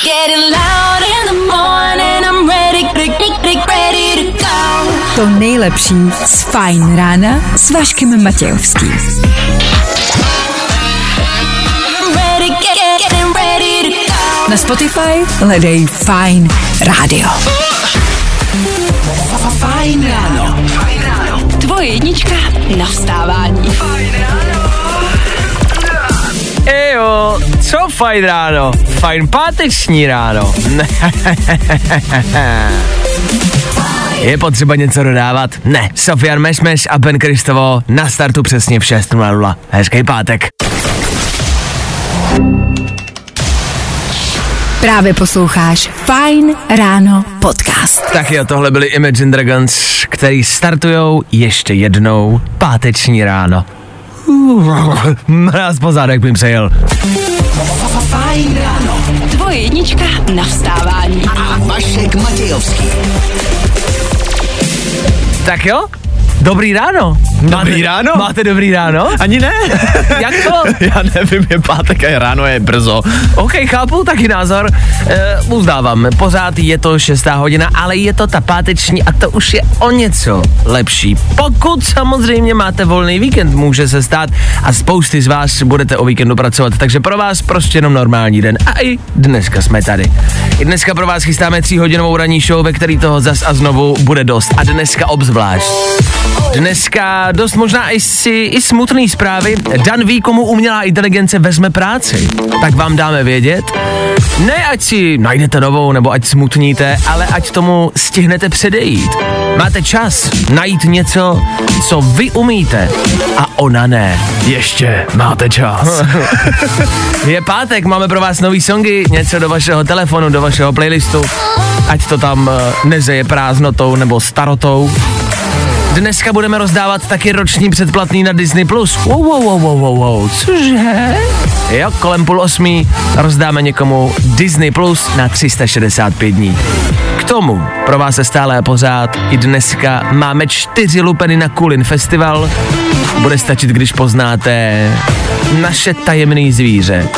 To nejlepší z Fajn rána s Vaškem Matějovským. Na Spotify hledej Fajn rádio. Fajn ráno. Tvoje jednička na vstávání. Ejo, co fajn ráno? Fajn páteční ráno. Je potřeba něco dodávat? Ne. Sofian Mešmeš a Ben Kristovo na startu přesně v 6:00. Hezký pátek. Právě posloucháš Fajn ráno podcast. Tak jo, tohle byli Imagine Dragons, který startujou ještě jednou páteční ráno. Mráz po zádech bym přejel. Fajn ráno. Tvoje jednička na vstávání. A Vašek Matějovský. Tak jo, dobrý ráno. Dobrý ráno? Máte dobrý ráno? Ani ne. Jak to? Já nevím, je pátek a ráno je brzo. OK, chápu, taky názor. Uzdávám, pořád je to 6:00, ale je to ta páteční a to už je o něco lepší. Pokud samozřejmě máte volný víkend, může se stát a spousty z vás budete o víkendu pracovat, takže pro vás prostě jenom normální den. A i dneska jsme tady. I dneska pro vás chystáme 3hodinovou ranní show, ve který toho zas a znovu bude dost. A dneska obzvlášť. Dneska dost možná i smutný zprávy. Dan ví, komu umělá inteligence vezme práci. Tak vám dáme vědět. Ne, ať si najdete novou, nebo ať smutníte, ale ať tomu stihnete předejít. Máte čas najít něco, co vy umíte a ona ne. Ještě máte čas. Je pátek, máme pro vás nový songy, něco do vašeho telefonu, do vašeho playlistu. Ať to tam nezeje prázdnotou nebo starotou. Dneska budeme rozdávat taky roční předplatný na Disney+. Wow, cože? Jo, kolem 7:30 rozdáme někomu Disney Plus na 365 dní. K tomu pro vás se stále a pořád i dneska máme 4 lupeny na Kulin Festival. Bude stačit, když poznáte naše tajemné zvíře.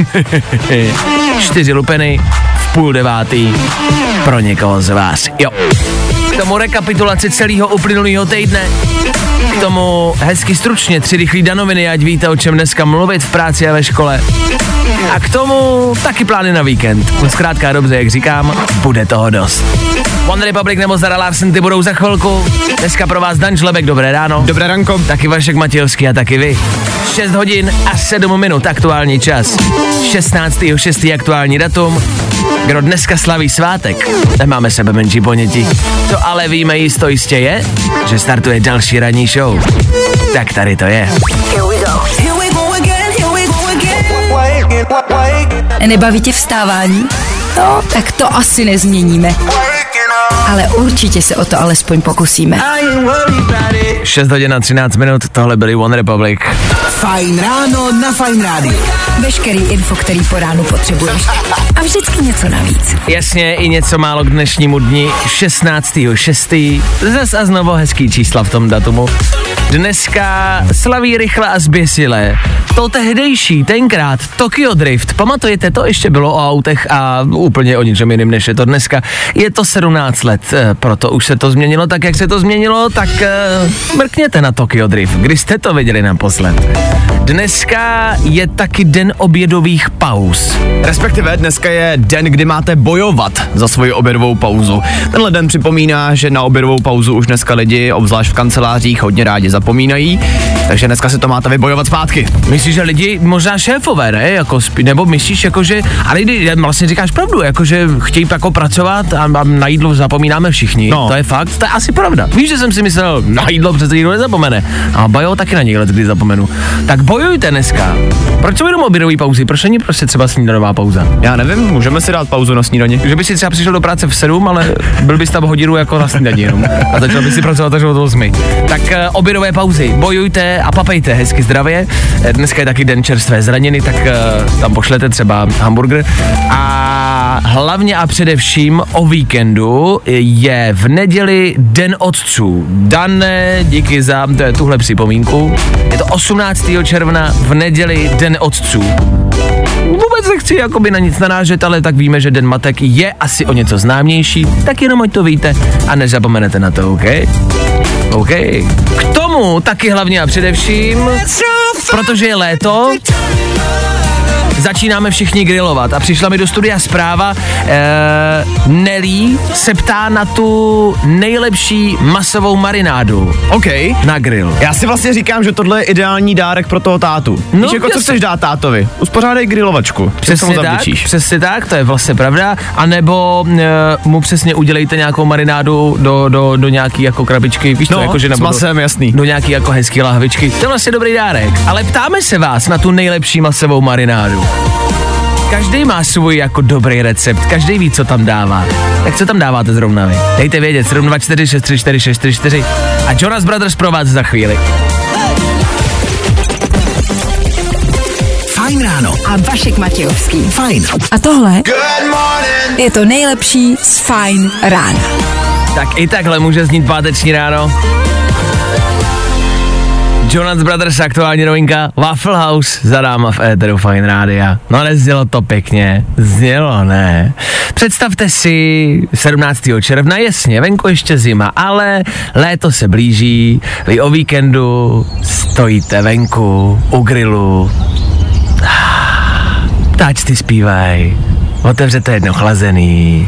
4 lupeny v 8:30 pro někoho z vás. Jo. K tomu rekapitulaci celého uplynulého týdne. K tomu hezky stručně 3 rychlý danoviny, ať víte, o čem dneska mluvit v práci a ve škole. A k tomu taky plány na víkend. Zkrátka dobře, jak říkám, bude toho dost. One Republic nebo Zara Larsson, ty budou za chvilku. Dneska pro vás Dan Žlebek, dobré ráno. Dobré ranko. Taky Vašek Matějovský a taky vy. 6:07 aktuální čas. 16.6. aktuální datum. Kdo dneska slaví svátek, nemáme sebe menší ponětí. To ale víme jistě je, že startuje další ranní show. Tak tady to je. Nebaví tě vstávání? No, tak to asi nezměníme. Ale určitě se o to alespoň pokusíme. 6:13, tohle byli One Republic. Fajn ráno na Fajn rádiu. Veškerý info, který po ránu potřebuješ. A vždycky něco navíc. Jasně, i něco málo k dnešnímu dni, 16.6. Zas a znovu hezký čísla v tom datumu. Dneska slaví rychle a zběsile to tehdejší, tenkrát Tokyo Drift. Pamatujete, to ještě bylo o autech a úplně o ničem jiným, než je to dneska. Je to 17 let, proto už se to změnilo tak, jak se to změnilo, tak mrkněte na Tokyo Drift, když jste to viděli naposled. Dneska je taky den obědových pauz. Respektive dneska je den, kdy máte bojovat za svoji obědovou pauzu. Tenhle den připomíná, že na obědovou pauzu už dneska lidi, obzvlášť v kancelářích, hodně rádi zapomínají, takže dneska si to máte vybojovat zpátky. Myslíš, že lidi, možná šéfové, ne? Jako nebo myslíš, jakože, ale vlastně říkáš pravdu, jakože chtějí jako pracovat a na jídlo zapomínáme všichni. No. To je fakt, to je asi pravda. Víš, že jsem si myslel, na jídlo přece nikdo nezapomene. A bajo taky na něj let, kdy zapomenu. Tak bojujte dneska. Proč jsou jenom obědové pauzy? Proč není prostě třeba snídanová pauza? Já nevím, můžeme si dát pauzu na snídani. Že by si třeba přišel do práce v 7, ale byl bys tam hodinu jako na snídani jenom. A začal bys si pracovat až od 8. Tak obědové pauzy, bojujte a papejte hezky zdravě. Dneska je taky den čerstvé zraniny, tak tam pošlete třeba hamburger. A hlavně a především o víkendu je v neděli Den otců. Dane, díky za tuhle připomínku. Je to 18. června v neděli Den otců. vůbec nechci jakoby na nic narážet, ale tak víme, že Den matek je asi o něco známější, tak jenom ať to víte a nezapomenete na to, OK? OK. K tomu taky hlavně a především, protože je léto, začínáme všichni grillovat a přišla mi do studia zpráva, Nelly se ptá na tu nejlepší masovou marinádu. OK. Na grill. Já si vlastně říkám, že tohle je ideální dárek pro toho tátu. No, víš, jako co chceš dát tátovi? Uspořádej grilovačku. Přesně tak, to je vlastně pravda. A nebo mu přesně udělejte nějakou marinádu do nějaký jako krabičky, víš, no, to jako, že s masem, jasný. Do nějaký jako hezký lahvičky. To je vlastně dobrý dárek. Ale ptáme se vás na tu nejlepší masovou marinádu. Každý má svůj jako dobrý recept, každý ví, co tam dává. Tak co tam dáváte zrovna vy? Dejte vědět, 724 634 634 a Jonas Brothers pro vás za chvíli. Fajn ráno. A Vašek Matějovský. Fajn. A tohle je to nejlepší z Fajn rána. Tak i takhle může znít páteční ráno. Jonas Brothers, aktuální novinka, Waffle House za náma v éteru Fajn rádia. No ale znělo to pěkně, znělo, ne? Představte si 17. června, jasně, venku ještě zima, ale léto se blíží, vy o víkendu stojíte venku u grilu, ptáčci zpívají, otevřete jedno chlazený,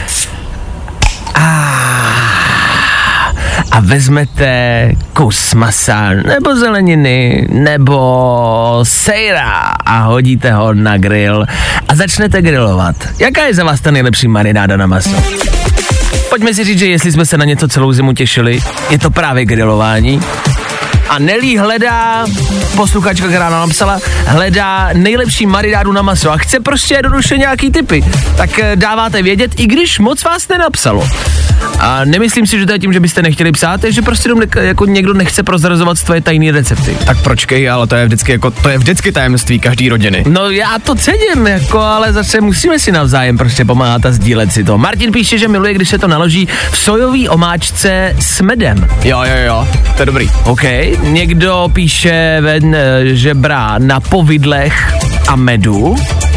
a vezmete kus masa, nebo zeleniny, nebo sejra a hodíte ho na grill a začnete grillovat. Jaká je za vás ta nejlepší marináda na maso? Pojďme si říct, že jestli jsme se na něco celou zimu těšili, je to právě grilování. A Nelly hledá, posluchačka, která nám napsala, hledá nejlepší marinádu na maso a chce prostě jednoduše nějaký tipy. Tak dáváte vědět, i když moc vás nenapsalo. A nemyslím si, že to je tím, že byste nechtěli psát, je, že prostě jako někdo nechce prozrazovat tvoje tajné recepty. Tak pročkej, ale to je vždycky tajemství každý rodiny. No já to cením, jako, ale zase musíme si navzájem prostě pomáhat a sdílet si to. Martin píše, že miluje, když se to naloží v sojový omáčce s medem. Jo, to je dobrý. OK, někdo píše žebra na povidlech a medu.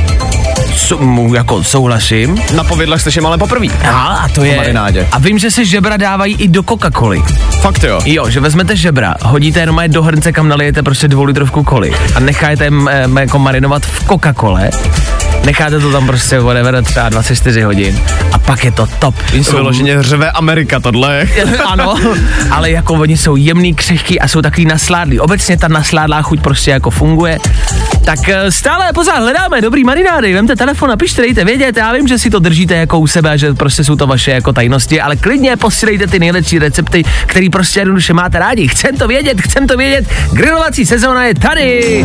Jako souhlasím. Na povidlech slyším ale poprvý. A to je. Marinádě. A vím, že se žebra dávají i do Coca-Coly. Fakt jo? Jo, že vezmete žebra, hodíte jenom do hrnce, kam nalijete prostě 2 litrovku koly a necháte jako marinovat v Coca-Cole. Necháte to tam prostě whatever, třeba 24 hodin a pak je to top. To vyloženě řve Amerika tohle. Ano, ale jako oni jsou jemný, křehký a jsou takový nasládlý. Obecně ta nasládlá chuť prostě jako funguje. Tak stále pořád hledáme dobrý marinády, vemte telefon a pište, dejte vědět, já vím, že si to držíte jako u sebe a že prostě jsou to vaše jako tajnosti, ale klidně posílejte ty nejlepší recepty, který prostě jednoduše máte rádi. Chcem to vědět, grilovací sezóna je tady.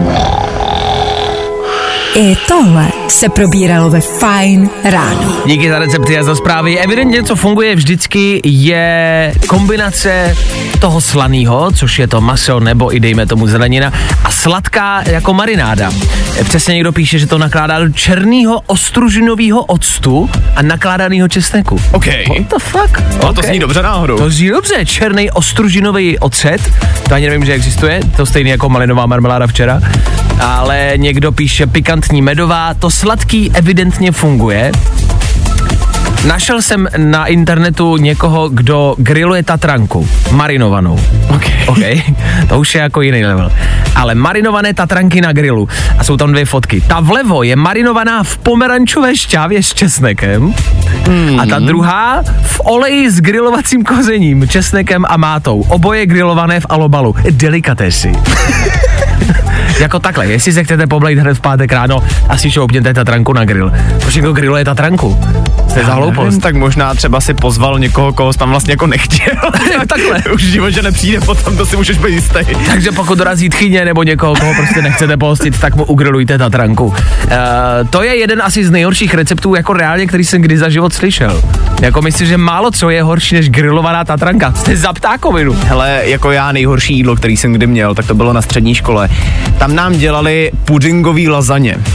I tohle se probíralo ve Fajn ráno. Díky za recepty a za zprávy. Evidentně, co funguje vždycky, je kombinace toho slaného, což je to maso nebo i dejme tomu zelenina, a sladká jako marináda. Přesně někdo píše, že to nakládá do černýho ostružinového octu a nakládaného česneku. OK. What the fuck? Okay. To zní dobře náhodou. To zní dobře, černý ostružinový ocet, to ani nevím, že existuje, to stejný jako malinová marmeláda včera, ale někdo píše pikantní medová, to sladký evidentně funguje. Našel jsem na internetu někoho, kdo grilluje tatranku, marinovanou. OK. To už je jako jiný level. Ale marinované tatranky na grilu. A jsou tam 2 fotky. Ta vlevo je marinovaná v pomerančové šťávě s česnekem. A ta druhá v oleji s grilovacím kořením, česnekem a mátou. Oboje grillované v alobalu. Delikatesy. Jako takhle, jestli se chcete poblejt hned v pátek ráno, asi šoupněte tatranku na grill. Proč někdo grilluje tatranku? Jste za hloupost. Tak možná třeba si pozval někoho, koho tam vlastně jako nechtěl. Takhle. Už v životě nepřijde potom, to si můžeš být jistý. Takže pokud dorazí tchyně nebo někoho, koho prostě nechcete pohostit, tak mu ugrilujte tatranku. To je jeden asi z nejhorších receptů, jako reálně, který jsem kdy za život slyšel. Jako myslím, že málo co je horší než grillovaná tatranka. Jste za ptákovinu. Hele, jako já nejhorší jídlo, který jsem kdy měl, tak to bylo na střední škole. Tam nám dělali pudingový lazaně.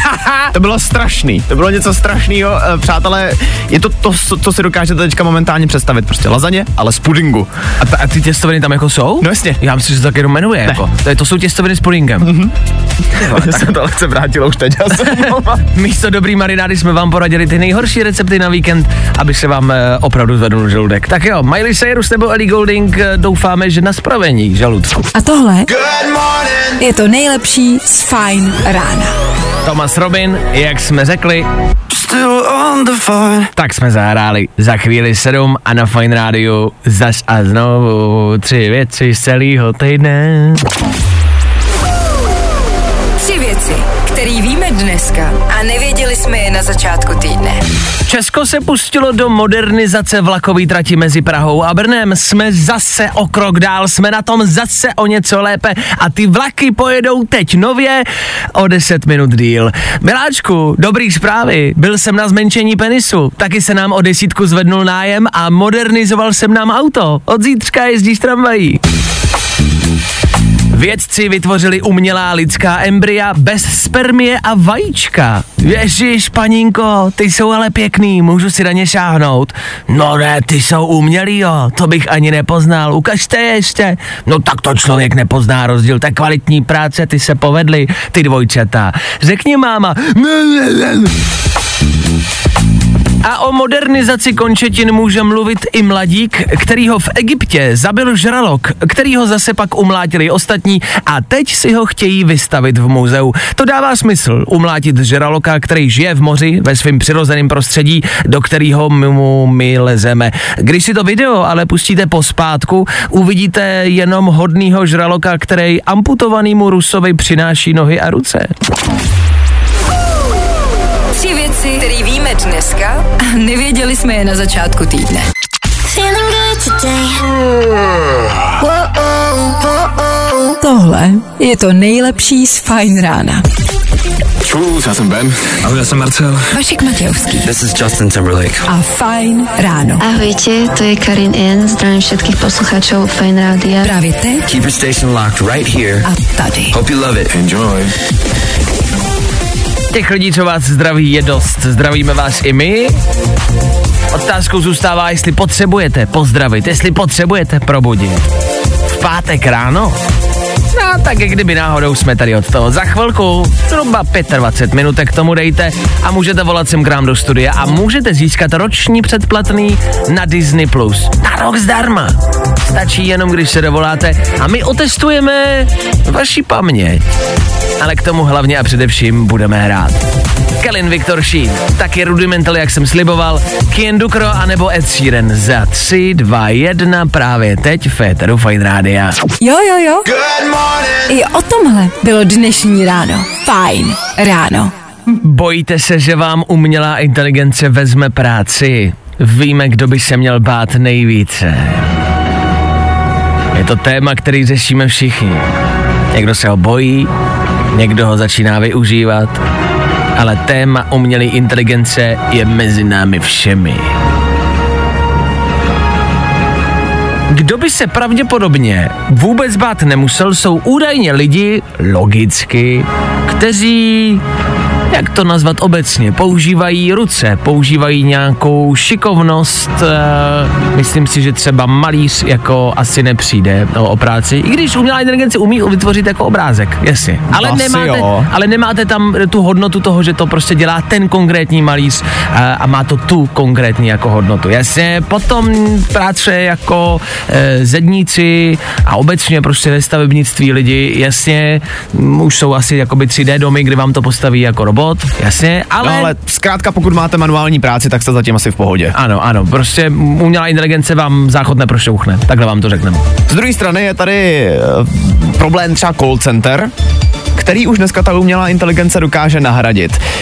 To bylo strašný, to bylo něco strašného, přátelé, je to, co si dokážete teďka momentálně představit, prostě lazaně, ale z pudingu. A ty těstoviny tam jako jsou? No jasně. Já myslím, že to tak jenom jmenuje, jako. To jsou těstoviny s pudingem. Tak se to lehce vrátilo už teď. Místo dobrý marinády jsme vám poradili ty nejhorší recepty na víkend, aby se vám opravdu zvednul žaludek. Tak jo, Miley Cyrus nebo Ellie Goulding, doufáme, že na spravení žaludku. A tohle je to nejlepší z Fajn rána. Thomas Robin, jak jsme řekli, tak jsme zahráli za chvíli 7 a na Fajn rádiu zas a znovu 3 věci z celého týdne. 3 věci, které víme dneska a nevěděli jsme je na začátku týdne. Česko se pustilo do modernizace vlakové trati mezi Prahou a Brnem. Jsme zase o krok dál, jsme na tom zase o něco lépe a ty vlaky pojedou teď nově o 10 minut díl. Miláčku, dobrý zprávy, byl jsem na zmenšení penisu, taky se nám o 10 zvednul nájem a modernizoval jsem nám auto. Od zítřka jezdíš tramvají. Vědci vytvořili umělá lidská embrya bez spermie a vajíčka. Ježiš, panínko, ty jsou ale pěkný, můžu si na ně šáhnout? No ne, ty jsou umělý, jo, to bych ani nepoznal, ukažte je ještě. No tak to člověk nepozná rozdíl, tak kvalitní práce, ty se povedly, ty dvojčata. Řekni máma. A o modernizaci končetin může mluvit i mladík, který ho v Egyptě zabil žralok, který ho zase pak umlátili ostatní a teď si ho chtějí vystavit v muzeu. To dává smysl, umlátit žraloka, který žije v moři ve svém přirozeném prostředí, do kterého my lezeme. Když si to video ale pustíte pospátku, uvidíte jenom hodnýho žraloka, který amputovanýmu Rusovi přináší nohy a ruce. 3 věci, které víme dneska a nevěděli jsme je na začátku týdne. Tohle je to nejlepší z Fajn rána. Čus, já jsem Ben. Ahoj, já jsem Marcel. Vašek Matějovský. This is Justin Timberlake. A Fajn ráno. Ahojte, to je Karin N. Zdravím všetkých posluchačov Fajn rádia. Právě teď. Keep your station locked right here. A tady. Hope you love it. Enjoy. Těch lidí, co vás zdraví, je dost. Zdravíme vás i my. Otázkou zůstává, jestli potřebujete pozdravit, jestli potřebujete probudit. V pátek ráno? No, tak jak kdyby náhodou jsme tady od toho. Za chvilku, zhruba 25 minutek tomu dejte a můžete volat sem k nám do studia a můžete získat roční předplatný na Disney+. Na rok zdarma. Stačí jenom, když se dovoláte a my otestujeme vaši paměť. Ale k tomu hlavně a především budeme hrát. Kalin Viktor Šín, taky Rudimental, jak jsem sliboval, Kien Dukro anebo Ed Sheeran za 3, 2, 1 právě teď v éteru Fajn rádia. Jo. I o tomhle bylo dnešní ráno. Fajn ráno. Bojíte se, že vám umělá inteligence vezme práci? Víme, kdo by se měl bát nejvíce. Je to téma, který řešíme všichni. Někdo se ho bojí, někdo ho začíná využívat, ale téma umělé inteligence je mezi námi všemi. Kdo by se pravděpodobně vůbec bát nemusel, jsou údajně lidi, logicky, kteří, jak to nazvat obecně, používají ruce, používají nějakou šikovnost, myslím si, že třeba malíř jako asi nepřijde o práci, i když umělá inteligence umí vytvořit jako obrázek, jasně, ale nemáte tam tu hodnotu toho, že to prostě dělá ten konkrétní malíř a má to tu konkrétní jako hodnotu, jasně, potom práce jako zedníci a obecně prostě ve stavebnictví lidi, jasně, už jsou asi jakoby 3D domy, kde vám to postaví jako robot, jasně, ale... No ale zkrátka, pokud máte manuální práci, tak jste zatím asi v pohodě. Ano, prostě umělá inteligence vám záchod neprošouchne, takhle vám to řekneme. Z druhé strany je tady problém třeba call center, který už dneska ta umělá inteligence dokáže nahradit.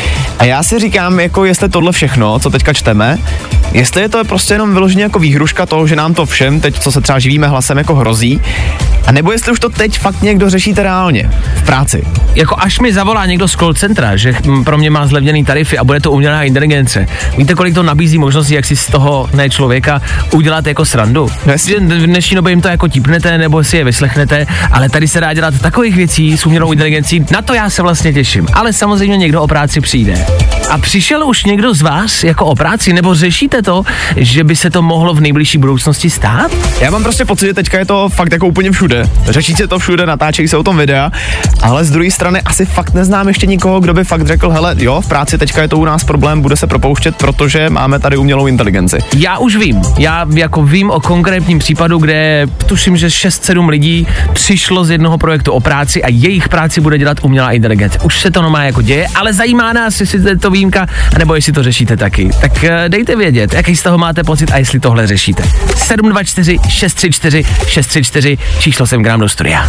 A já si říkám, jako jestli tohle všechno, co teďka čteme, jestli je to prostě jenom vyloženě jako výhruška toho, že nám to všem teď, co se třeba živíme hlasem, jako hrozí, a nebo jestli už to teď fakt někdo řešíte reálně v práci. Jako až mi zavolá někdo z call centra, že pro mě má zlevněný tarify a bude to umělá inteligence. Víte, kolik to nabízí možností, jak si z toho ne člověka udělat jako srandu? Že v dnešní době jim to jako tipnete nebo si je vyslechnete, ale tady se dá dělat takových věcí s umělou inteligencí, na to já se vlastně těším. Ale samozřejmě někdo o práci přijde. A přišel už někdo z vás jako o práci, nebo řešíte to, že by se to mohlo v nejbližší budoucnosti stát? Já mám prostě pocit, že teďka je to fakt jako úplně všude. Řeší se to všude, natáčejí se o tom videa, ale z druhé strany asi fakt neznám ještě nikoho, kdo by fakt řekl, hele, jo, v práci teďka je to u nás problém, bude se propouštět, protože máme tady umělou inteligenci. Já už vím. Já jako vím o konkrétním případu, kde tuším, že 6-7 lidí přišlo z jednoho projektu o práci a jejich práci bude dělat umělá inteligence. Už se to normálně jako děje, ale zajímá nás, jestli je to výjimka, nebo jestli to řešíte taky. Tak dejte vědět, jaký z toho máte pocit a jestli tohle řešíte. 724 634 634 číslo sem k nám do studia.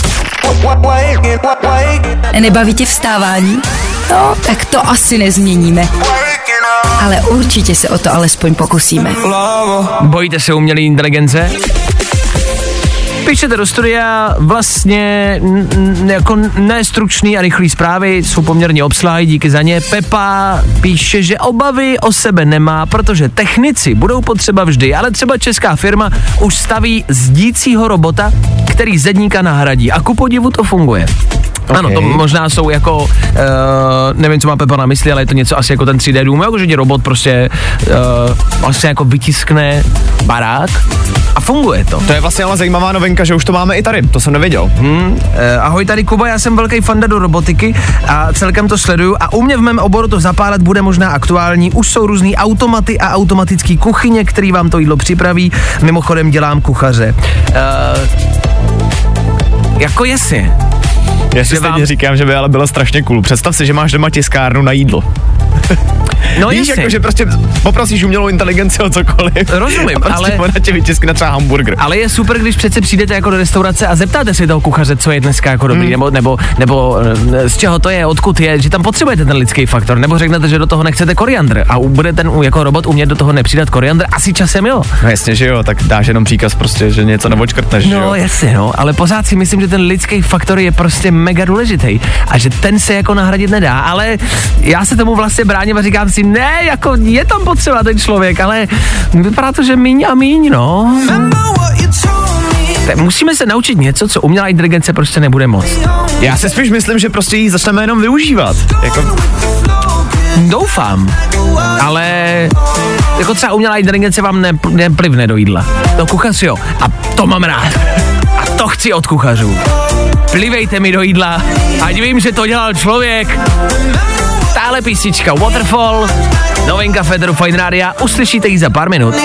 Nebaví tě vstávání? No, tak to asi nezměníme. Ale určitě se o to alespoň pokusíme. Bojíte se umělé inteligence? Píšete do studia vlastně jako nestručný a rychlý zprávy, jsou poměrně obsáhlé, díky za ně. Pepa píše, že obavy o sebe nemá, protože technici budou potřeba vždy, ale třeba česká firma už staví zdícího robota, který zedníka nahradí a ku podivu to funguje. Okay. Ano, to možná jsou jako, nevím, co má Pepa na mysli, ale je to něco asi jako ten 3D dům, jako že ti robot prostě vlastně jako vytiskne barák a funguje to. To je vlastně ale zajímavá novinka, že už to máme i tady, to jsem nevěděl. Ahoj, tady Kuba, já jsem velký fanda do robotiky a celkem to sleduju a u mě v mém oboru to za pár let bude možná aktuální. Už jsou různý automaty a automatické kuchyně, který vám to jídlo připraví. Mimochodem dělám kuchaře. Jako jestli. Já si stejně říkám, že by ale bylo strašně cool. Představ si, že máš doma tiskárnu na jídlo. No víš, jako, že prostě poprosíš umělou inteligenci o cokoliv. Rozumím, prostě ale ona tě vytiskne třeba hamburger. Ale je super, když přece přijdete jako do restaurace a zeptáte si toho kuchaře, co je dneska jako dobrý, nebo z čeho to je, odkud je, že tam potřebujete ten lidský faktor, nebo řeknete, že do toho nechcete koriandr a bude ten jako robot umět do toho nepřidat koriandr, asi časem jo. No jasně, že jo, tak dáš jenom příkaz prostě, že něco neočkrtneš, že jo. No jasně, no, ale pořád si myslím, že ten lidský faktor je prostě mega důležitý a že ten se jako nahradit nedá, ale já se tomu vlastně bráním a říkám si, ne, jako je tam potřeba ten člověk, ale vypadá to, že míň a míň, no. Tak musíme se naučit něco, co umělá inteligence prostě nebude moc. Já se spíš myslím, že prostě ji začneme jenom využívat. Jako... Doufám, ale jako třeba umělá inteligence vám neplivne do jídla. To kuchař jo, a to mám rád. A to chci od kuchařů. Plivejte mi do jídla, ať vím, že to dělal člověk. Táhle písnička Waterfall, novinka Federu Fajn Rádia, uslyšíte ji za pár minut.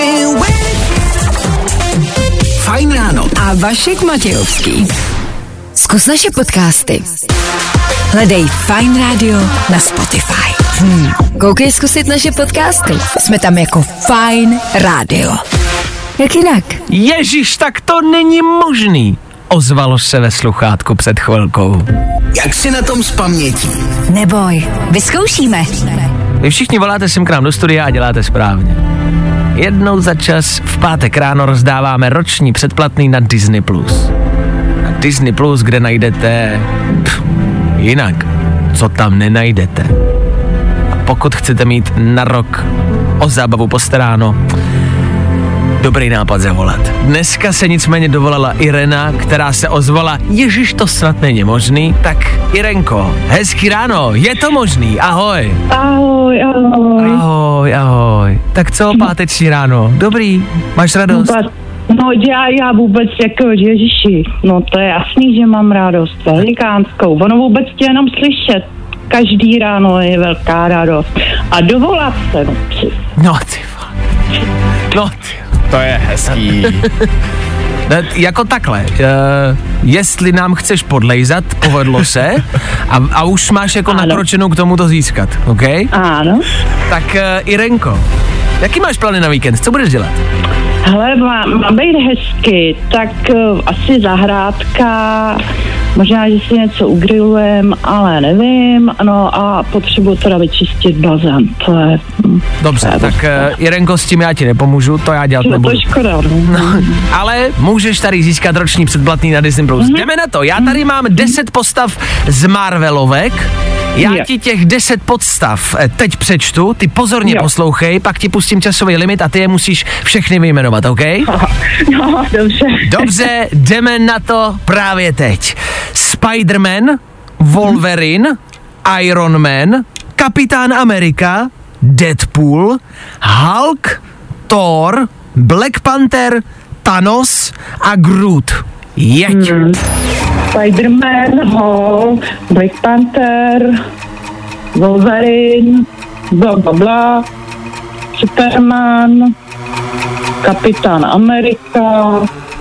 Fajn ráno a Vašek Matějovský. Zkus naše podcasty. Hledej Fajn Radio na Spotify. Koukej zkusit naše podcasty. Jsme tam jako Fajn Radio. Jak jinak? Ježiš, tak to není možný. Ozvalo se ve sluchátku před chvilkou. Jak si na tom z pamětí? Neboj, vyzkoušíme. Vy všichni voláte sem k nám do studia a děláte správně. Jednou za čas v pátek ráno rozdáváme roční předplatný na Disney+. Na Disney+, kde najdete... jinak, co tam nenajdete. A pokud chcete mít na rok o zábavu postaráno, dobrý nápad zavolat. Dneska se nicméně dovolala Irena, která se ozvala, ježiš, to snad není možný, tak Irenko, hezký ráno, je to možný, ahoj. Ahoj, ahoj. Ahoj, ahoj. Tak co, páteční ráno, dobrý, máš radost? No já vůbec jako, ježiši, no to je jasný, že mám radost, velikánskou, ono vůbec tě jenom slyšet, každý ráno je velká radost a dovolat se, no ty. To je hezký. Jako takhle, jestli nám chceš podlejzat, povedlo se a už máš jako nakročenou k tomu to získat, OK? Ano. Tak Irenko, jaký máš plány na víkend, co budeš dělat? Hele, má být hezky, tak asi zahrádka, možná, že si něco ugrilujem, ale nevím, no a potřebuji teda vyčistit bazén, to je... Dobře, tak Jirenko, s tím já ti nepomůžu, to já dělat nebudu. To je škoda. No, ale můžeš tady získat roční předplatný na Disney+. Jdeme na to, já tady mám 10 postav z Marvelovek. Já ti těch 10 podstav teď přečtu, ty pozorně poslouchej, pak ti pustím časový limit a ty je musíš všechny vyjmenovat, OK? No, dobře. Dobře, jdeme na to právě teď. Spider-Man, Wolverine, Iron Man, Kapitán Amerika, Deadpool, Hulk, Thor, Black Panther, Thanos a Groot. Jeď. Spider-Man, Hulk, Black Panther, Wolverine, blablabla, Superman, Kapitán Amerika,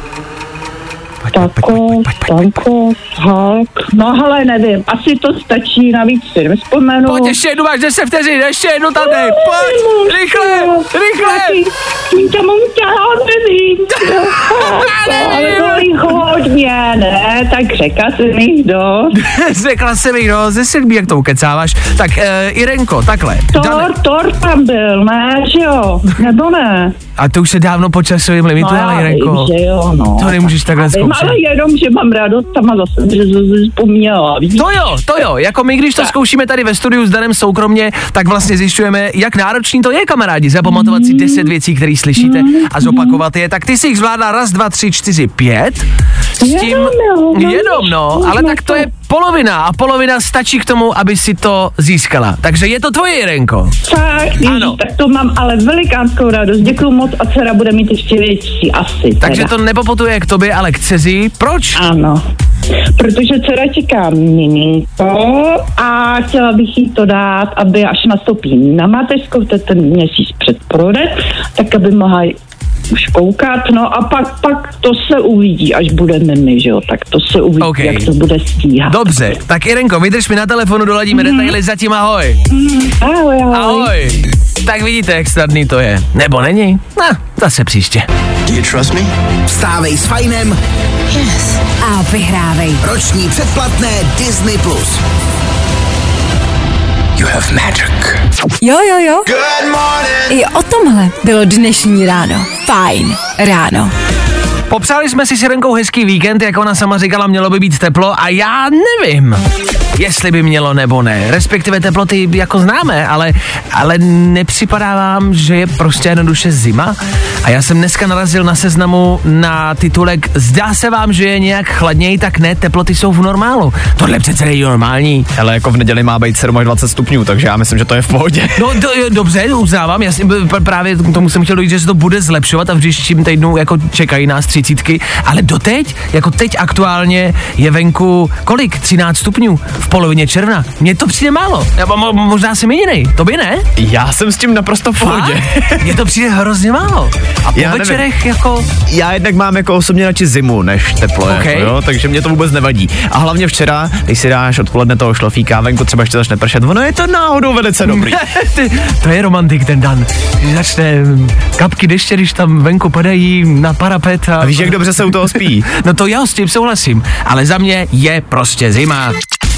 Thanos, Hulk, no hele, nevím, asi to stačí, navíc si nevzpomenu. Pojď, ještě jednu, máš 10 vteřin, ještě jednu tady, pojď, rychle. Nevím. Ale to jich hodně, ne, tak řekla jsem jich dost. Řekla jsem jich dost, ze sedmí, jak to ukecáváš. Tak, Irenko, takhle. Thor tam byl, ne, že jo, nebo ne? A to už se dávno po časovým limitu, ale Jirenko, že jo, no. to nemůžeš takhle zkoušet. Ale jenom, že mám radost sama zase, že jsi vzpomněla, víš? To jo, jako my, když to zkoušíme tady ve studiu s Danem soukromně, tak vlastně zjišťujeme, jak náročný to je, kamarádi, zapamatovat si 10 věcí, které slyšíte a zopakovat je. Tak ty si jich zvládla 1, 2, 3, 4, 5. S tím, ale tak to je polovina a polovina stačí k tomu, aby si to získala. Takže je to tvoje, Jirenko. Tak, ano. Tak to mám ale velikánskou radost. Děkuju moc a dcera bude mít ještě větší asi. Takže to nepoputuje k tobě, ale k dceři. Proč? Ano. Protože dcera čeká miminko a chtěla bych jí to dát, aby až nastoupí na mateřskou, ten měsíc před porodem, tak aby mohla už koukat, no a pak to se uvidí, až budeme my, že jo, tak to se uvidí, jak to bude stíhat. Dobře, tak Irenko, vydrž mi na telefonu, doladíme detaily, zatím ahoj. Ahoj. Tak vidíte, jak snadný to je. Nebo není? Zase příště. Do you trust me? Vstávej s Fajnem. Yes. A vyhrávej Roční předplatné Disney+. You have magic. Jo. Good morning. I o tomhle bylo dnešní ráno. Fajn ráno. Popřáli jsme si s Jirenkou hezký víkend, jak ona sama říkala, mělo by být teplo a já nevím, jestli by mělo nebo ne. Respektive teploty jako známe, ale nepřipadá vám, že je prostě jednoduše zima? A já jsem dneska narazil na seznamu na titulek Zdá se vám, že je nějak chladněji, tak ne, teploty jsou v normálu. Tohle přece není normální. Ale jako v neděli má být 7 až 20 stupňů, takže já myslím, že to je v pohodě. No dobře, uznávám, já právě k tomu jsem chtěl dojít, že se to bude zlepšovat a v příštím týdnu jako čekají nás 30, ale doteď, jako teď aktuálně je venku kolik? 13 stupňů v polovině června. Mně to přijde málo. Možná jsem jedinej, tobě ne? Já jsem s tím naprosto v pohodě. Mně to přijde hrozně málo. A po večerech jako... Já jednak mám jako osobně radši zimu než teplo, jako, jo, takže mě to vůbec nevadí. A hlavně včera, když si dáš odpoledne toho šlofíka, venku třeba ještě začne pršet, ono je to náhodou velice dobrý. To je romantik ten Dan. Když začne kapky deště, když tam venku padají na parapet a víš, jak dobře se u toho spí. No to já s tím souhlasím, ale za mě je prostě zima.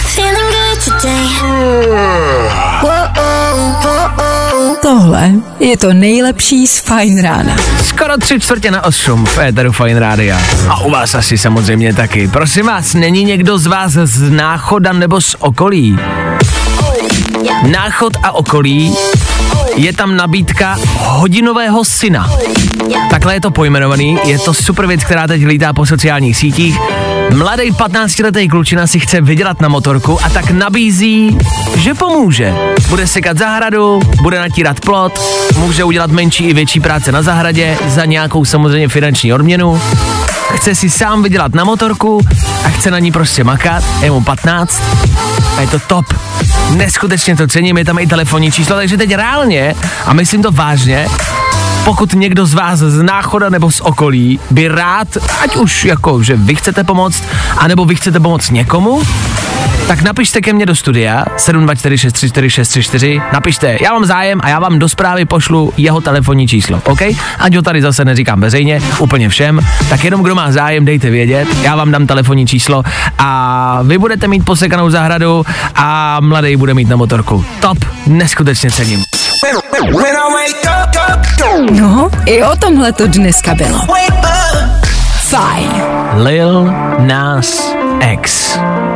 Tohle je to nejlepší z Fajn rána. Skoro 7:45 v éteru Fajn rádia. A u vás asi samozřejmě taky. Prosím vás, není někdo z vás z Náchoda nebo z okolí? Náchod a okolí, je tam nabídka hodinového syna. Takhle je to pojmenovaný, je to super věc, která teď lítá po sociálních sítích. Mladý 15letý klučina si chce vydělat na motorku a tak nabízí, že pomůže. Bude sekat zahradu, bude natírat plot, může udělat menší i větší práce na zahradě za nějakou samozřejmě finanční odměnu. Chce si sám vydělat na motorku a chce na ní prostě makat, je mu 15 a je to top. Neskutečně to cením, je tam i telefonní číslo, takže teď reálně, a myslím to vážně, pokud někdo z vás z Náchoda nebo z okolí by rád, ať už jako, že vy chcete pomoct, anebo vy chcete pomoct někomu, tak napište ke mně do studia 724634634, napište, já mám zájem a já vám do zprávy pošlu jeho telefonní číslo, OK? Ať ho tady zase neříkám veřejně, úplně všem, tak jenom kdo má zájem, dejte vědět, já vám dám telefonní číslo a vy budete mít posekanou zahradu a mladý bude mít na motorku. Top, neskutečně cením. No, i o tomhle to dneska bylo. Fajn. Lil Nas X.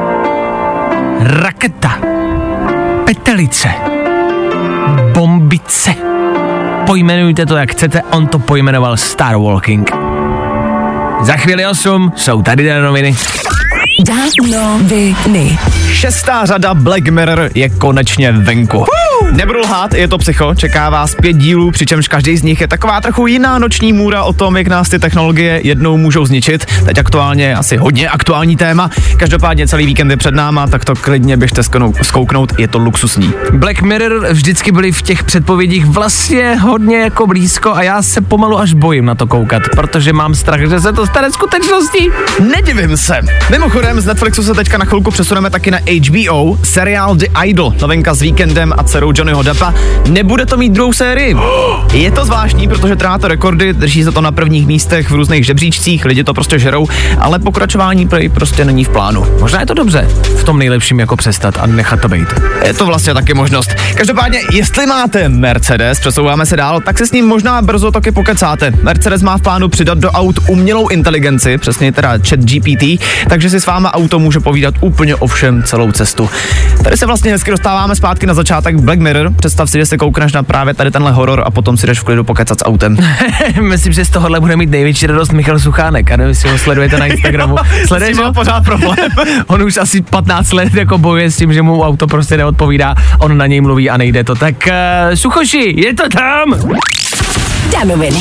Raketa. Petelice. Bombice. Pojmenujte to jak chcete, on to pojmenoval Star Walking. Za chvíli 8 jsou tady noviny. Noviny. 6. řada Black Mirror je konečně venku. Nebudu lhát, je to psycho, čeká vás 5 dílů, přičemž každý z nich je taková trochu jiná noční můra o tom, jak nás ty technologie jednou můžou zničit. Teď aktuálně asi hodně aktuální téma. Každopádně celý víkend je před náma, tak to klidně běžte zkouknout, je to luxusní. Black Mirror vždycky byli v těch předpovědích vlastně hodně jako blízko a já se pomalu až bojím na to koukat, protože mám strach, že se to stane skutečností. Nedivím se. Mimochodem z Netflixu se teďka na chvilku přesuneme taky na HBO, seriál The Idol, novinka s Weekendem a dcerou Johnnyho Deppa. Nebude to mít druhou sérii. Je to zvláštní, protože trhá to rekordy, drží se to na prvních místech v různých žebříčcích, lidi to prostě žerou, ale pokračování prostě není v plánu. Možná je to dobře, v tom nejlepším jako přestat a nechat to být. Je to vlastně taky možnost. Každopádně, jestli máte Mercedes, přesouváme se dál, tak se s ním možná brzo taky pokecáte. Mercedes má v plánu přidat do aut umělou inteligenci, přesně teda ChatGPT, takže si s váma auto může povídat úplně o všem celou cestu. Tady se vlastně hezky dostáváme zpátky na začátek Black Mirror. Představ si, že se koukneš na právě tady tenhle horor a potom si jdeš v klidu pokecat s autem. Myslím, že z tohohle bude mít největší radost Michal Suchánek. A nevím, jestli ho sledujete na Instagramu. Sleduješ ho? Pořád problém. On už asi 15 let jako bojuje s tím, že mu auto prostě neodpovídá. On na něj mluví a nejde to. Tak Suchoši, je to tam? Danoviny.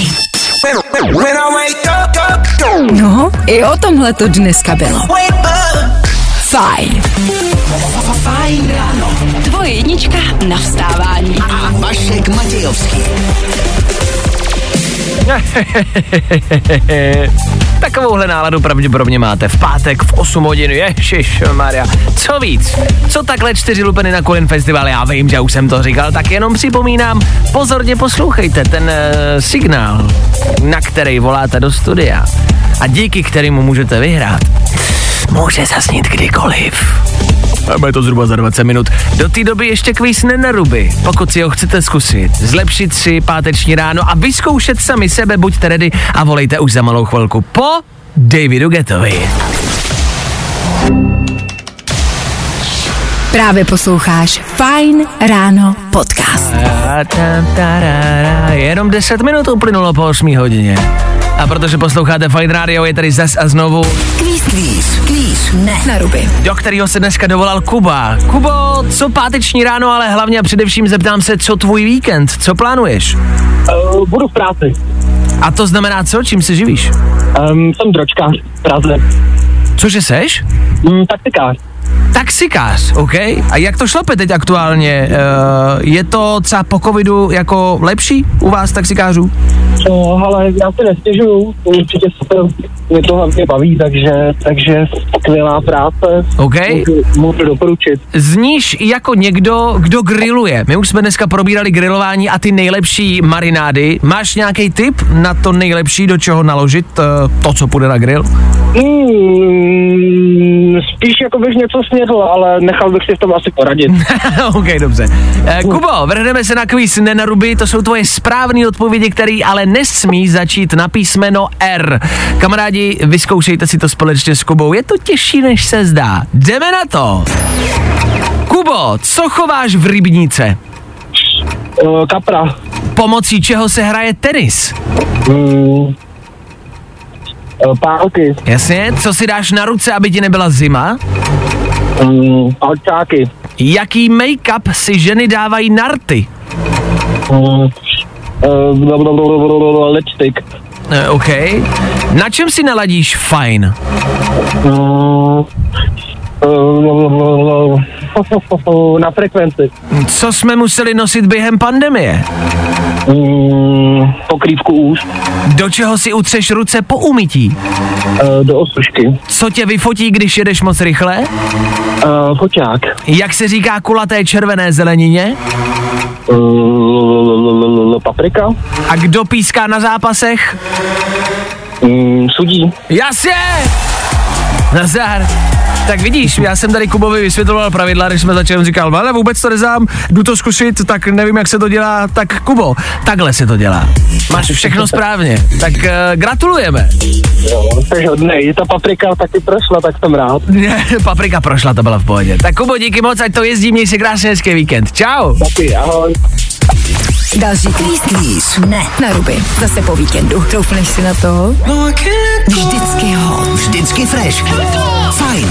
No, i o tomhle to dneska bylo. Fajn. Fajn ráno. Tvoje jednička na vstávání. A Vašek Matějovský. Takovouhle náladu pravděpodobně máte v pátek v 8 hodin, ježišmarja. Co víc? Co takhle 4 lupeny na Colin Festival? Já vím, že už jsem to říkal, tak jenom připomínám, pozorně poslouchejte ten signál, na který voláte do studia a díky kterému můžete vyhrát. Může zaznít kdykoliv. A bude to zhruba za 20 minut. Do té doby ještě kvíz Nenaruby. Pokud si ho chcete zkusit, zlepšit si páteční ráno a vyzkoušet sami sebe, buďte ready a volejte už za malou chvilku po Davidu Guettovi. Právě posloucháš Fajn ráno podcast. Jenom 10 minut uplynulo po 8 hodině. A protože posloucháte Fajn rádio, je tady zas a znovu Kvíz. Ne. Na ruby. do kterého se dneska dovolal Kuba. Kubo, co páteční ráno, ale hlavně a především zeptám se, co tvůj víkend, co plánuješ? Budu v práci. A to znamená co? Čím se živíš? Jsem dročkář v Praze. Cože seš? Taxikář. Taxikář, OK. A jak to šlape teď aktuálně? Je to třeba po covidu jako lepší u vás taxikářů? No, ale já se nestěžuju, určitě super, mě to hlavně baví, takže skvělá práce, OK. Můžu doporučit. Zníš jako někdo, kdo grilluje. My už jsme dneska probírali grilování a ty nejlepší marinády. Máš nějaký tip na to nejlepší, do čeho naložit to, co půjde na grill? Spíš jako bych něco snědl, ale nechal bych si v tom asi poradit. OK, dobře. Kubo, vrhneme se na kvíz Nenaruby, to jsou tvoje správné odpovědi, které ale nesmí začít na písmeno R. Kamarádi, vyzkoušejte si to společně s Kubou, je to těžší, než se zdá. Jdeme na to. Kubo, co chováš v rybníce? Kapra. Pomocí čeho se hraje tenis? Pálky. Jasně, co si dáš na ruce, aby ti nebyla zima? Palčáky. Jaký make-up si ženy dávají na rty? Lipstick. OK. Na čem si naladíš fajn? Na frekvenci. Co jsme museli nosit během pandemie? Pokrývku úst. Do čeho si utřeš ruce po umytí? Do osušky. Co tě vyfotí, když jedeš moc rychle? Foťák. Jak se říká kulaté červené zelenině? Paprika. A kdo píská na zápasech? Sudí. Jasně! Nazdar. Tak vidíš, já jsem tady Kubovi vysvětloval pravidla, když jsme začali, on říkal, ale vůbec to neznám, jdu to zkusit, tak nevím, jak se to dělá, tak Kubo, takhle se to dělá. Máš všechno správně, tak gratulujeme. Jo, jsi hodnej, ta paprika taky prošla, tak jsem rád. Paprika prošla, to byla v pohodě. Tak Kubo, díky moc, ať to jezdí, měj si krásný hezký víkend. Čau. Taky, ahoj. Další kvíz. Ne, na ruby. Zase po víkendu. Troufneš si na to? Vždycky ho. Vždycky fresh. Fajn.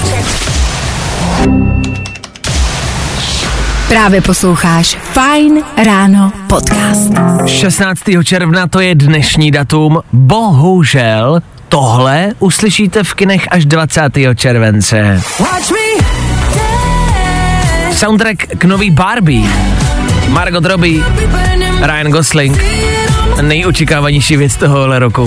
Právě posloucháš Fajn ráno podcast. 16. června to je dnešní datum. Bohužel tohle uslyšíte v kinech až 20. července. Soundtrack k nový Barbie. Margot Robbie, Ryan Gosling. Nejočekávanější věc tohohle roku.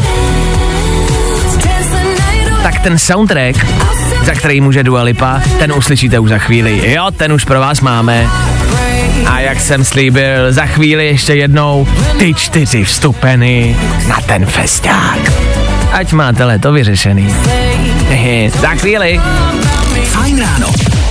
Tak ten soundtrack, za který může Dua Lipa, ten uslyšíte už za chvíli. Jo, ten už pro vás máme. A jak jsem slíbil, za chvíli ještě jednou ty 4 vstupeny na ten festák. Ať máte to vyřešený. Za chvíli. Fajn ráno.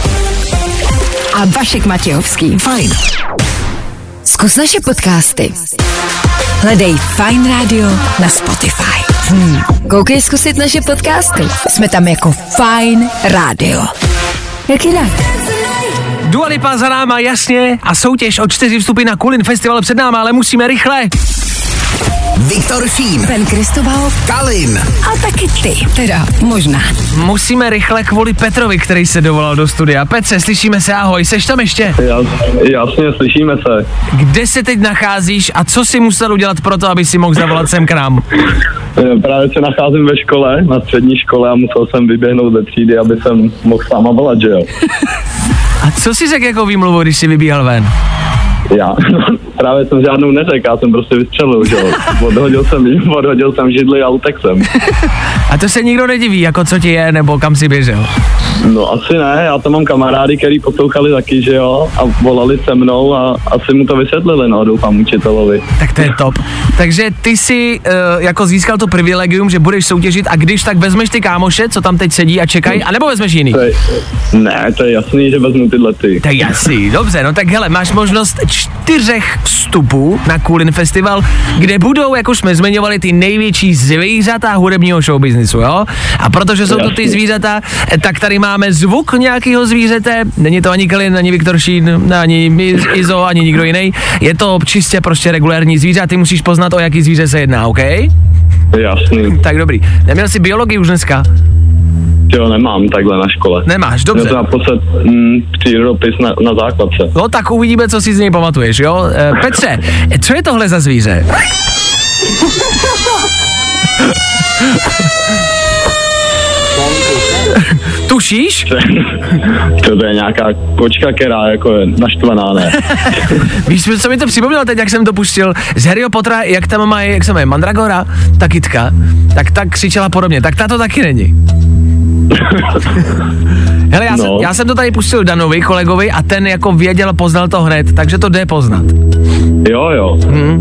A Vašek Matějovský. Fajn. Zkus naše podcasty. Hledej Fajn Radio na Spotify. Koukej zkusit naše podcasty. Jsme tam jako Fajn Radio. Jak jinak? Dua Lipa za náma, jasně, a soutěž o 4 vstupy na Kulin Festival před náma, ale musíme rychle. Viktor Šín. Ben Kristoval. Kalin. A taky ty. Teda možná. Musíme rychle kvůli Petrovi, který se dovolal do studia. Petře, slyšíme se, ahoj, seš tam ještě? Jasně, slyšíme se. Kde se teď nacházíš a co jsi musel udělat pro to, aby si mohl zavolat sem k nám? Právě se nacházím ve škole, na střední škole a musel jsem vyběhnout ze třídy, aby jsem mohl sám volat, že jo? A co jsi řekl jako výmluvu, když jsi vybíhal ven? Já právě jsem žádnou neřekl, já jsem prostě vystřelil, že jo. Odhodil jsem židli a utek jsem. A to se nikdo nediví, jako co ti je, nebo kam jsi běžel? No asi ne, já tam mám kamarády, který poslouchali taky, že jo, a volali se mnou a asi mu to vysvětlili, no, doufám učitelovi. Tak to je top. Takže ty si jako získal to privilegium, že budeš soutěžit a když tak vezmeš ty kámoše, co tam teď sedí a čekají, anebo vezmeš jiný? Ne, to je jasný, že vezmu tyhle ty. Tak jasný, dobře, no tak hele, máš možnost 4 vstupů na Kulin Festival, kde budou, jak už jsme zmiňovali, ty největší zvířata hudebního showbiznisu, jo? A protože jsou to ty zvířata, tak tady máme zvuk nějakého zvířete, není to ani Kalin, ani Viktor Šín, ani Izo, ani nikdo jiný. Je to čistě prostě regulární zvíře a ty musíš poznat, o jaký zvíře se jedná, OK? Jasný. Tak dobrý. Neměl jsi biologii už dneska? Jo, nemám takhle na škole. Nemáš, dobře. Měl jsem naposled přírodopis na základce. No tak uvidíme, co si z něj pamatuješ, jo? Petře, co je tohle za zvíře? Tušíš? To je nějaká kočka, která jako je naštvaná, ne? Víš, co mi to připomnělo teď, jak jsem to pustil z Harryho Pottera, jak tam má, jak se jmenuje, Mandragora, ta kytka, tak ta křičela podobně, tak ta to taky není. Hele, já jsem to tady pustil Danovi, kolegovi, a ten jako věděl, poznal to hned, takže to jde poznat. Jo.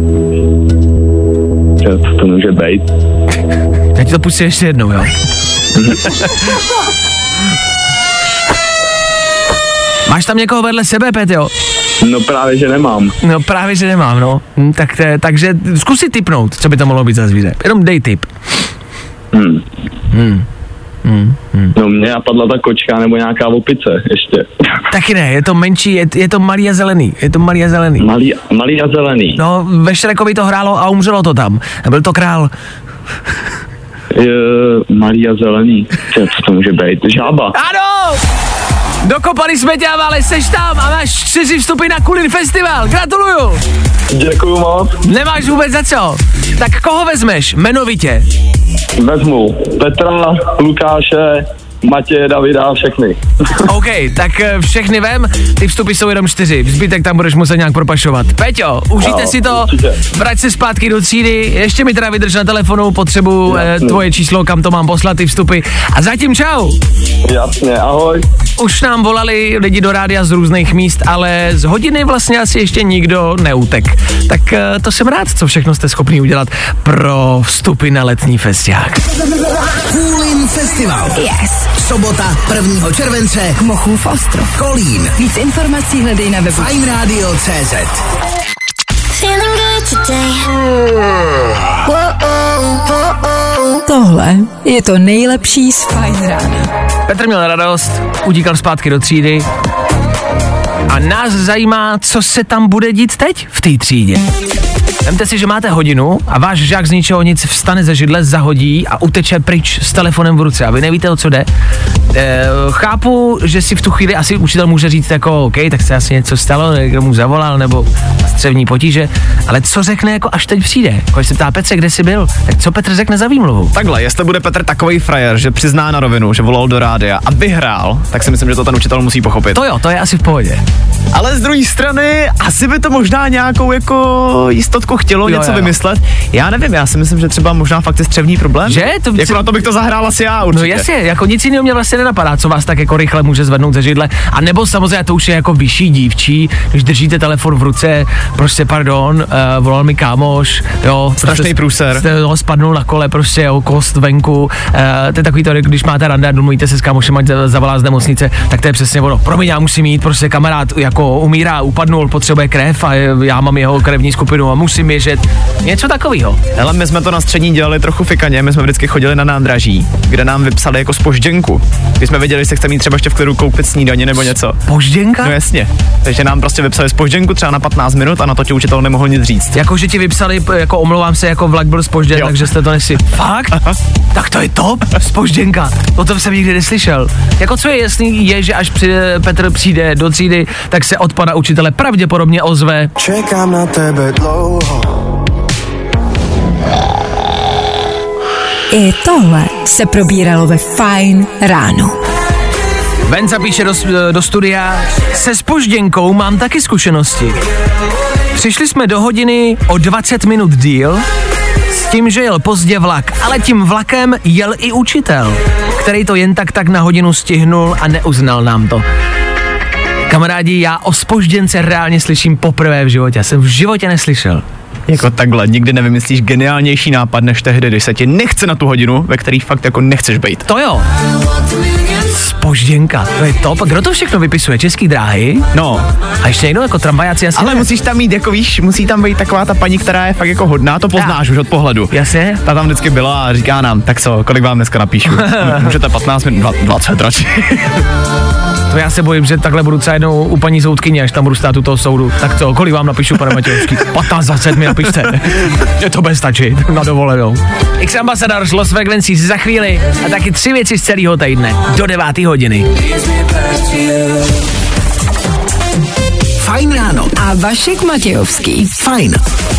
Co to může být? Já ti to pustím ještě jednou, jo? Máš tam někoho vedle sebe, Petjo? No právě, že nemám. No. Takže zkus si tipnout, co by to mohlo být za zvíře. Jenom dej tip. No mně napadla ta kočka nebo nějaká opice ještě. Taky ne, je to menší, je to malý a zelený. Malý a zelený. No, ve Šrekovi to hrálo a umřelo to tam. Byl to král. Malý a zelený. Co to může být? Žába. Ano! Dokopali jsme tě, ale seš tam a máš 4 vstupy na Kulin Festival. Gratuluju! Děkuju moc. Nemáš vůbec za co. Tak koho vezmeš, jmenovitě? Vezmu Petra, Lukáše Matěje, Davida a všechny. OK, tak všechny vem, ty vstupy jsou jenom 4, zbytek tam budeš muset nějak propašovat. Peťo, užijte si to, určitě. vrať se zpátky do třídy, ještě mi teda vydrž na telefonu, potřebuju tvoje číslo, kam to mám poslat, ty vstupy. A zatím čau. Jasně, ahoj. Už nám volali lidi do rádia z různých míst, ale z hodiny vlastně asi ještě nikdo neutek. Tak to jsem rád, co všechno jste schopni udělat pro vstupy na letní festiák. Kulin Festival. Yes. Sobota 1. července. Mochův ostrov. Kolín. Víc informací hledej na webu Fajnradio.cz. Tohle je to nejlepší z Fajn rána. Petr měl radost, utíkal zpátky do třídy a nás zajímá, co se tam bude dít teď v té třídě. Vemte si, že máte hodinu a váš žák z ničeho nic vstane ze židle, zahodí a uteče pryč s telefonem v ruce a vy nevíte, o co jde. Chápu, že si v tu chvíli asi učitel může říct jako OK, tak se asi něco stalo, někdo mu zavolal nebo střevní potíže, ale co řekne jako až teď přijde? Když se ptá Petře, kde jsi byl, tak co Petr řekne za výmluvu? Takhle, jestli bude Petr takovej frajer, že přizná na rovinu, že volal do rádia a vyhrál, tak si myslím, že to ten učitel musí pochopit. To jo, to je asi v pohodě. Ale z druhé strany, asi by to možná nějakou jako jistotku chtělo něco vymyslet. Já nevím, já si myslím, že třeba možná fakt je střevní problém. Že? Jako na to bych to zahrál asi já určitě. No jasně, jako nic jiného mě vlastně nenapadá, co vás tak jako rychle může zvednout ze židle. A nebo samozřejmě to už je jako vyšší dívčí, když držíte telefon v ruce, prostě pardon, volal mi kámoš, jo. Strašný průser. Spadnul na kole, prostě jo, kost venku. To je takový to, když máte rande a domluvíte se s kámošem, ať zavolá z nemocnice, tak to je přesně ono. Promiň, já musím jít, prostě kamarád jako umírá, upadnul, potřebuje krev a já mám jeho krevní skupinu a musím běžet. Něco takového. Ale my jsme to na střední dělali trochu fikaně, my jsme vždycky chodili na nádraží, kde nám vypsali jako zpožděnku. Když jsme věděli, že se chceme jít třeba ještě v klidu koupit snídaně nebo něco. Zpožděnka? No jasně. Takže nám prostě vypsali zpožděnku třeba na 15 minut a na to ti učitel nemohl nic říct. Jako, že ti vypsali, jako omlouvám se, jako vlak byl zpožděn, takže jste to nesi. Fakt? Aha. Tak to je top, zpožděnka. O tom jsem nikdy neslyšel. Jako co je jasný, je, že až Petr přijde do třídy, tak se od pana učitele pravděpodobně ozve. Čekám na tebe dlouho. I tohle se probíralo ve Fajn ráno. Venca píše do studia, se zpožděnkou mám taky zkušenosti. Přišli jsme do hodiny o 20 minut díl, s tím, že jel pozdě vlak, ale tím vlakem jel i učitel, který to jen tak na hodinu stihnul a neuznal nám to. Kamarádi, já o zpožděnce reálně slyším poprvé v životě, já jsem v životě neslyšel. Jako takhle, nikdy nevymyslíš geniálnější nápad než tehdy, když se ti nechce na tu hodinu, ve který fakt jako nechceš být. To jo. Zpožděnka, to je top. A kdo to všechno vypisuje? Český dráhy? No. A ještě někdo jako tramvajáci asi. Ale musíš tam mít, jako víš, musí tam být taková ta paní, která je fakt jako hodná, to poznáš už od pohledu. Jasně. Ta tam vždycky byla a říká nám, tak co, kolik vám dneska napíšu? Můžete 15 minut, 20 radši. To já se bojím, že takhle budu třeba jednou u paní soudkyně, až tam budu stát u toho soudu. Tak co, kolik vám napíšu, pane Matějovský? 15-20 mi napište. Je to bez stačit na dovolenou. X-Ambassador Los Vegas za chvíli a taky 3 věci z celého týdne do 9 hodiny. Fajn ráno. A Vašek Matějovský. Fajn.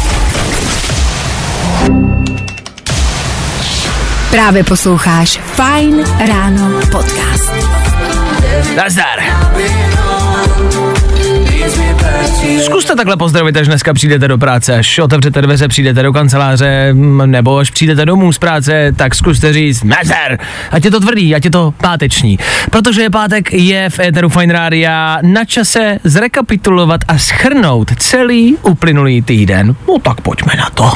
Právě posloucháš Fajn ráno podcast. Nazdar. Zkuste takhle pozdravit, až dneska přijdete do práce, až otevřete dveře, přijdete do kanceláře, nebo až přijdete domů z práce, tak zkuste říct nazdar. Ať je to tvrdý, ať je to páteční. Protože je pátek, je v éteru Fajn rádia na čase zrekapitulovat a shrnout celý uplynulý týden. No tak pojďme na to.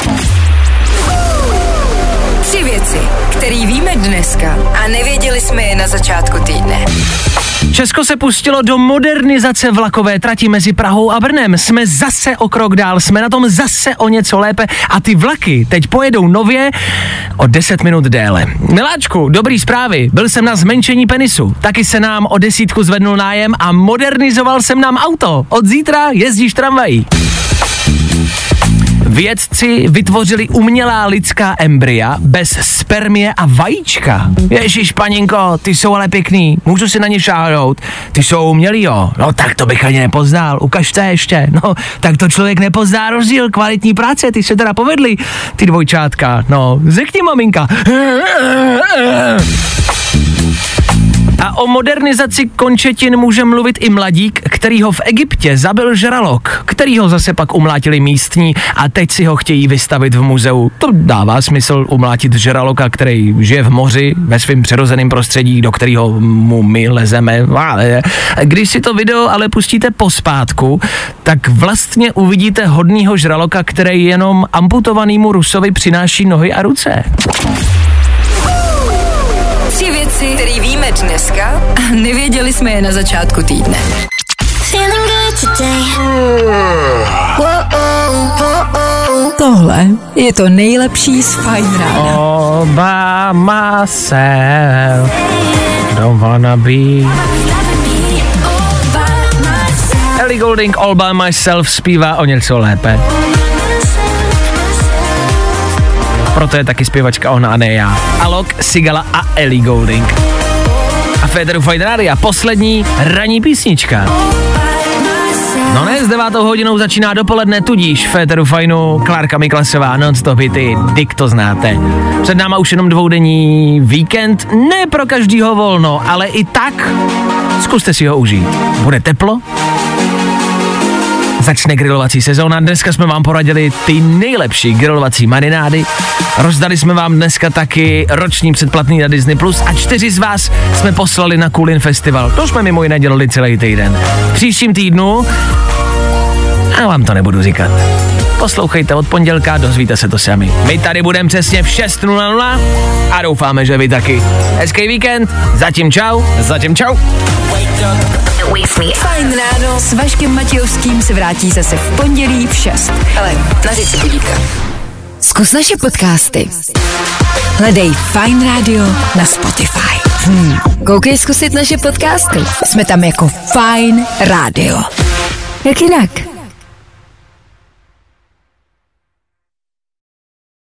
3 věci, které víme dneska a nevěděli jsme je na začátku týdne. Česko se pustilo do modernizace vlakové trati mezi Prahou a Brnem. Jsme zase o krok dál, jsme na tom zase o něco lépe a ty vlaky teď pojedou nově o 10 minut déle. Miláčku, dobrý zprávy, byl jsem na zmenšení penisu, taky se nám o 10 zvednul nájem a modernizoval jsem nám auto. Od zítra jezdíš tramvají. Vědci vytvořili umělá lidská embrya bez spermie a vajíčka. Ježiš, paninko, ty jsou ale pěkný, můžu si na ně šáhnout. Ty jsou umělý, jo. No tak to bych ani nepoznal, ukažte ještě. No, tak to člověk nepozná rozdíl, kvalitní práce, ty se teda povedli, ty dvojčátka. No, řekni, maminka. A o modernizaci končetin může mluvit i mladík, kterýho v Egyptě zabil žralok, kterýho zase pak umlátili místní a teď si ho chtějí vystavit v muzeu. To dává smysl umlátit žraloka, který žije v moři, ve svém přirozeném prostředí, do kterého mu my lezeme. Ale když si to video ale pustíte pospátku, tak vlastně uvidíte hodnýho žraloka, který jenom amputovanýmu Rusovi přináší nohy a ruce. 3 věci, které víme dneska a nevěděli jsme je na začátku týdne. Tohle je to nejlepší z Fajn rána. All by myself, don't wanna be. Ellie Goulding All by myself zpívá o něco lépe. Proto je taky zpěvačka ona a ne já. Alok, Sigala a Ellie Goulding. A Féteru Fajn rádia, poslední ranní písnička. No ne, s 9 hodinou začíná dopoledne, tudíž Féteru Fajnu Klárka Miklasová, non-stop hity, Dick to znáte. Před náma už jenom 2denní víkend, ne pro každýho volno, ale i tak zkuste si ho užít. Bude teplo, začne grilovací sezóna, dneska jsme vám poradili ty nejlepší grilovací marinády, rozdali jsme vám dneska taky roční předplatný na Disney Plus a 4 z vás jsme poslali na Coolin Festival, to jsme mimo jiné dělali celý týden. V příštím týdnu, a vám to nebudu říkat, poslouchejte od pondělka, dozvíte se to sami. My tady budeme přesně v 6:00 a doufáme, že vy taky. Hezký víkend, zatím čau. Zatím čau. Fajn ráno s Vaškem Matějovským se vrátí zase v pondělí v 6. Ale nařiď si budíka. Zkus naše podcasty. Hledej Fajn rádio na Spotify. Koukej zkusit naše podcasty. Jsme tam jako Fajn rádio. Jak jinak?